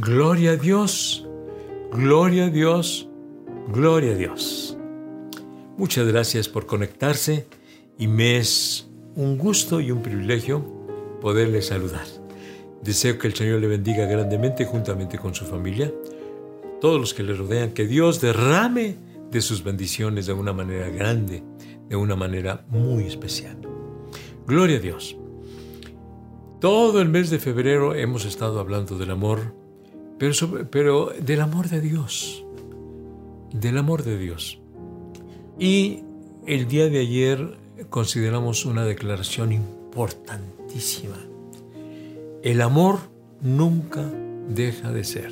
Gloria a Dios, gloria a Dios, gloria a Dios. Muchas gracias por conectarse y me es un gusto y un privilegio poderle saludar. Deseo que el Señor le bendiga grandemente juntamente con su familia, todos los que le rodean, que Dios derrame de sus bendiciones de una manera grande, de una manera muy especial. Gloria a Dios. Todo el mes de febrero hemos estado hablando del amor, pero del amor de Dios, del amor de Dios. Y el día de ayer consideramos una declaración importantísima. El amor nunca deja de ser.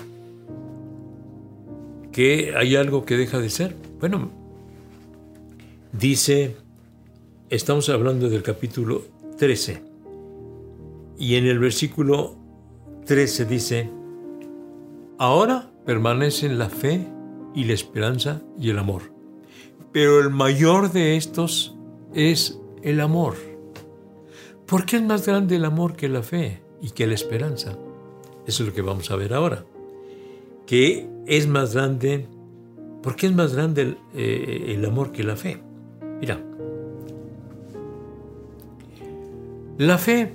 ¿Qué hay algo que deja de ser? Bueno, dice, estamos hablando del capítulo 13, y en el versículo 13 dice, ahora permanecen la fe y la esperanza y el amor, pero el mayor de estos es el amor. ¿Por qué es más grande el amor que la fe y que la esperanza? Eso es lo que vamos a ver ahora. ¿Qué es más grande? ¿Por qué es más grande el amor que la fe? Mira, la fe,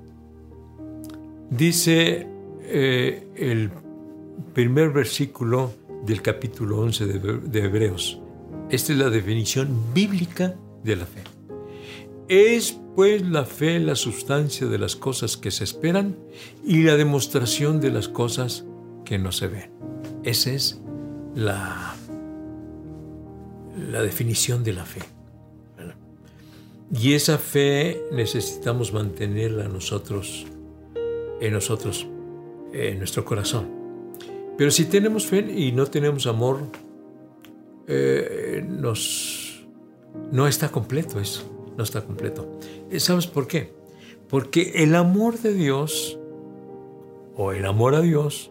dice el primer versículo del capítulo 11 de Hebreos. Esta es la definición bíblica de la fe. Es pues la fe la sustancia de las cosas que se esperan y la demostración de las cosas que no se ven. Esa es la definición de la fe. Y esa fe necesitamos mantenerla en nuestro corazón. Pero si tenemos fe y no tenemos amor, no está completo eso. No está completo. ¿Sabes por qué? Porque el amor de Dios, o el amor a Dios,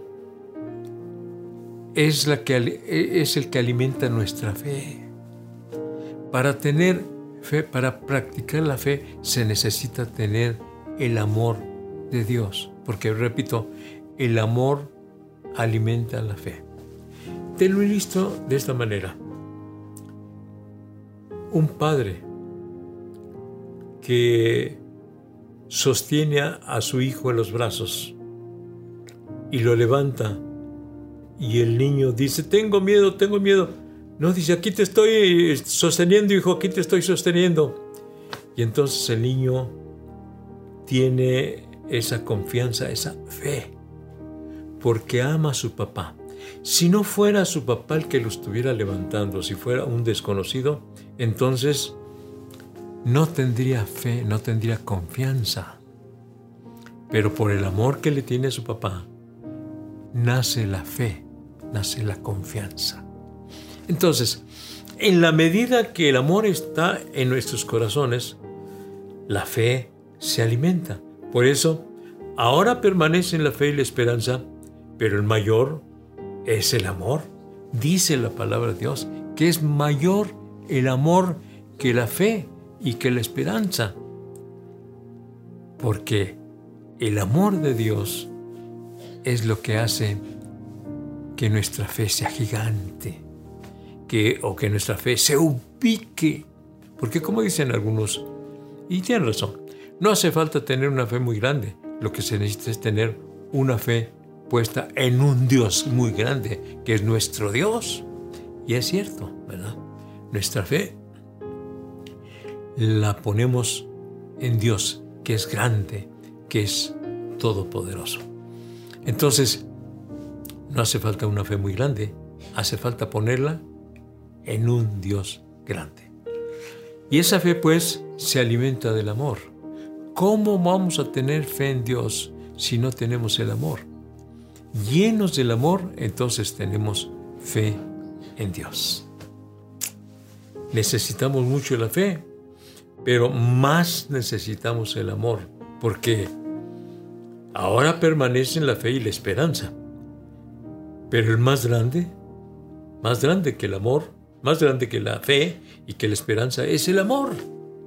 es el que alimenta nuestra fe. Para tener fe, para practicar la fe, se necesita tener el amor de Dios. Porque, repito, el amor alimenta la fe. Te lo ilustro de esta manera. Un padre que sostiene a su hijo en los brazos y lo levanta, y el niño dice, tengo miedo. No, dice, aquí te estoy sosteniendo, hijo, aquí te estoy sosteniendo. Y entonces el niño tiene esa confianza, esa fe, porque ama a su papá. Si no fuera su papá el que lo estuviera levantando, si fuera un desconocido, entonces no tendría fe, no tendría confianza. Pero por el amor que le tiene a su papá, nace la fe, nace la confianza. Entonces, en la medida que el amor está en nuestros corazones, la fe se alimenta. Por eso, ahora permanecen la fe y la esperanza, pero el mayor es el amor. Dice la palabra de Dios que es mayor el amor que la fe y que la esperanza. Porque el amor de Dios es lo que hace que nuestra fe sea gigante, o que nuestra fe se ubique. Porque como dicen algunos, y tienen razón, no hace falta tener una fe muy grande. Lo que se necesita es tener una fe puesta en un Dios muy grande, que es nuestro Dios. Y es cierto, ¿verdad? Nuestra fe la ponemos en Dios, que es grande, que es todopoderoso. Entonces, no hace falta una fe muy grande, hace falta ponerla en un Dios grande. Y esa fe, pues, se alimenta del amor. ¿Cómo vamos a tener fe en Dios si no tenemos el amor? Llenos del amor, entonces tenemos fe en Dios. Necesitamos mucho la fe, pero más necesitamos el amor, porque ahora permanecen la fe y la esperanza. Pero el más grande que el amor, más grande que la fe y que la esperanza, es el amor.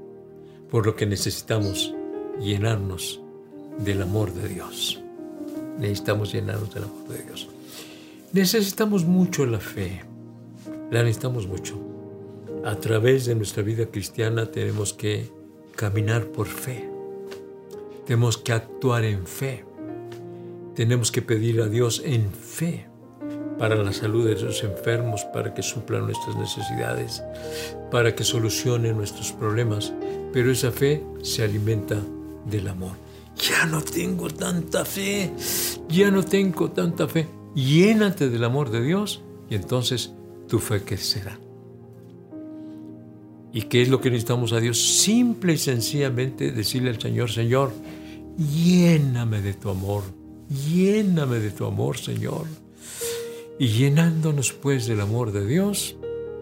Por lo que necesitamos llenarnos del amor de Dios. necesitamos llenarnos del amor de Dios. Necesitamos mucho la fe, la necesitamos mucho. A través de nuestra vida cristiana tenemos que caminar por fe, tenemos que actuar en fe, tenemos que pedir a Dios en fe para la salud de los enfermos, para que suplan nuestras necesidades, para que solucione nuestros problemas, pero esa fe se alimenta del amor. Ya no tengo tanta fe, llénate del amor de Dios y entonces tu fe crecerá. ¿Y qué es lo que necesitamos a Dios? Simple y sencillamente decirle al Señor: Señor, lléname de tu amor, Señor. Y llenándonos pues del amor de Dios,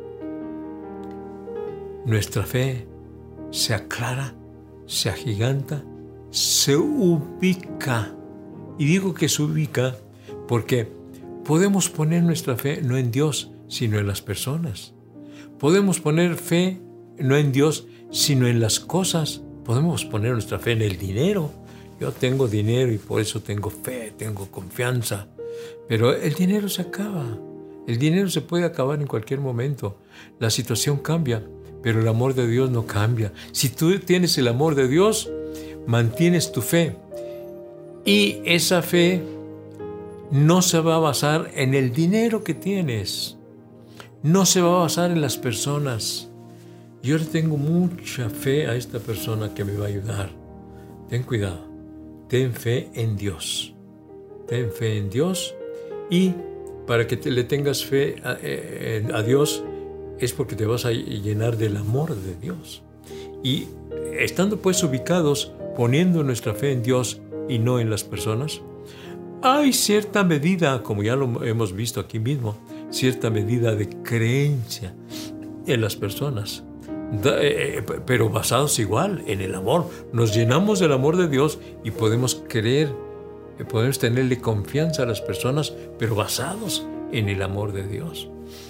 nuestra fe se aclara, se agiganta, se ubica. Y digo que se ubica porque podemos poner nuestra fe no en Dios, sino en las personas. Podemos poner fe no en Dios, sino en las cosas. Podemos poner nuestra fe en el dinero. Yo tengo dinero y por eso tengo fe, tengo confianza. Pero el dinero se acaba. El dinero se puede acabar en cualquier momento. La situación cambia, pero el amor de Dios no cambia. Si tú tienes el amor de Dios, mantienes tu fe. Y esa fe no se va a basar en el dinero que tienes. No se va a basar en las personas. Yo le tengo mucha fe a esta persona que me va a ayudar. Ten cuidado. Ten fe en Dios. Ten fe en Dios, y para que le tengas fe a Dios es porque te vas a llenar del amor de Dios. Y estando pues ubicados, poniendo nuestra fe en Dios y no en las personas, hay cierta medida, como ya lo hemos visto aquí mismo, cierta medida de creencia en las personas, pero basados igual en el amor. Nos llenamos del amor de Dios y podemos creer, podemos tenerle confianza a las personas, pero basados en el amor de Dios.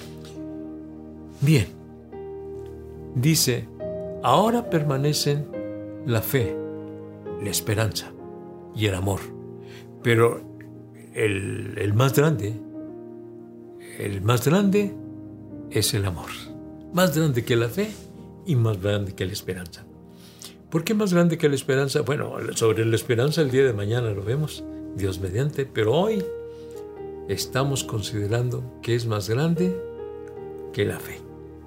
Bien, dice: ahora permanecen la fe, la esperanza y el amor. Pero el más grande es el amor. Más grande que la fe y más grande que la esperanza. ¿Por qué más grande que la esperanza? Bueno, sobre la esperanza el día de mañana lo vemos, Dios mediante, pero hoy estamos considerando que es más grande que la fe.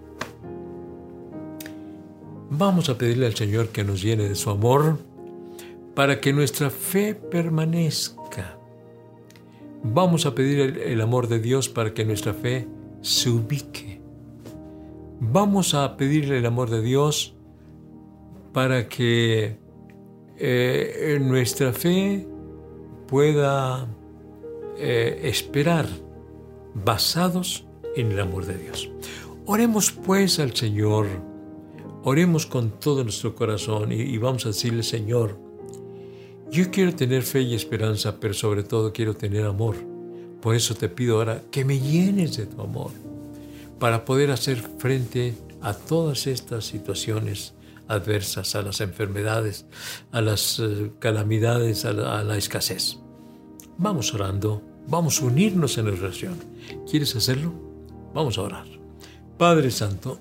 Vamos a pedirle al Señor que nos llene de su amor para que nuestra fe permanezca. Vamos a pedir el amor de Dios para que nuestra fe se ubique. Vamos a pedirle el amor de Dios para que nuestra fe pueda esperar basados en el amor de Dios. Oremos pues al Señor, oremos con todo nuestro corazón y vamos a decirle: Señor, yo quiero tener fe y esperanza, pero sobre todo quiero tener amor. Por eso te pido ahora que me llenes de tu amor para poder hacer frente a todas estas situaciones adversas, a las enfermedades, a las calamidades, a la escasez. Vamos orando, vamos a unirnos en oración. ¿Quieres hacerlo? Vamos a orar. Padre Santo,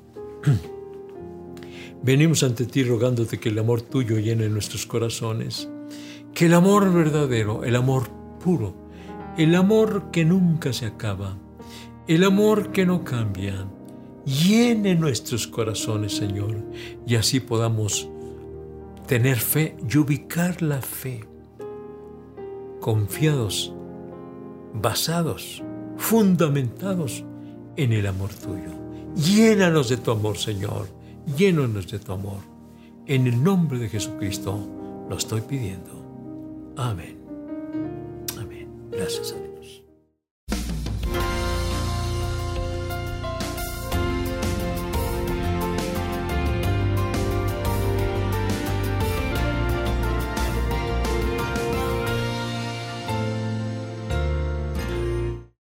venimos ante ti rogándote que el amor tuyo llene nuestros corazones, que el amor verdadero, el amor puro, el amor que nunca se acaba, el amor que no cambia, llene nuestros corazones, Señor, y así podamos tener fe y ubicar la fe, confiados, basados, fundamentados en el amor tuyo. Llénanos de tu amor, Señor, llénanos de tu amor. En el nombre de Jesucristo lo estoy pidiendo. Amén. Amén. Gracias a Dios.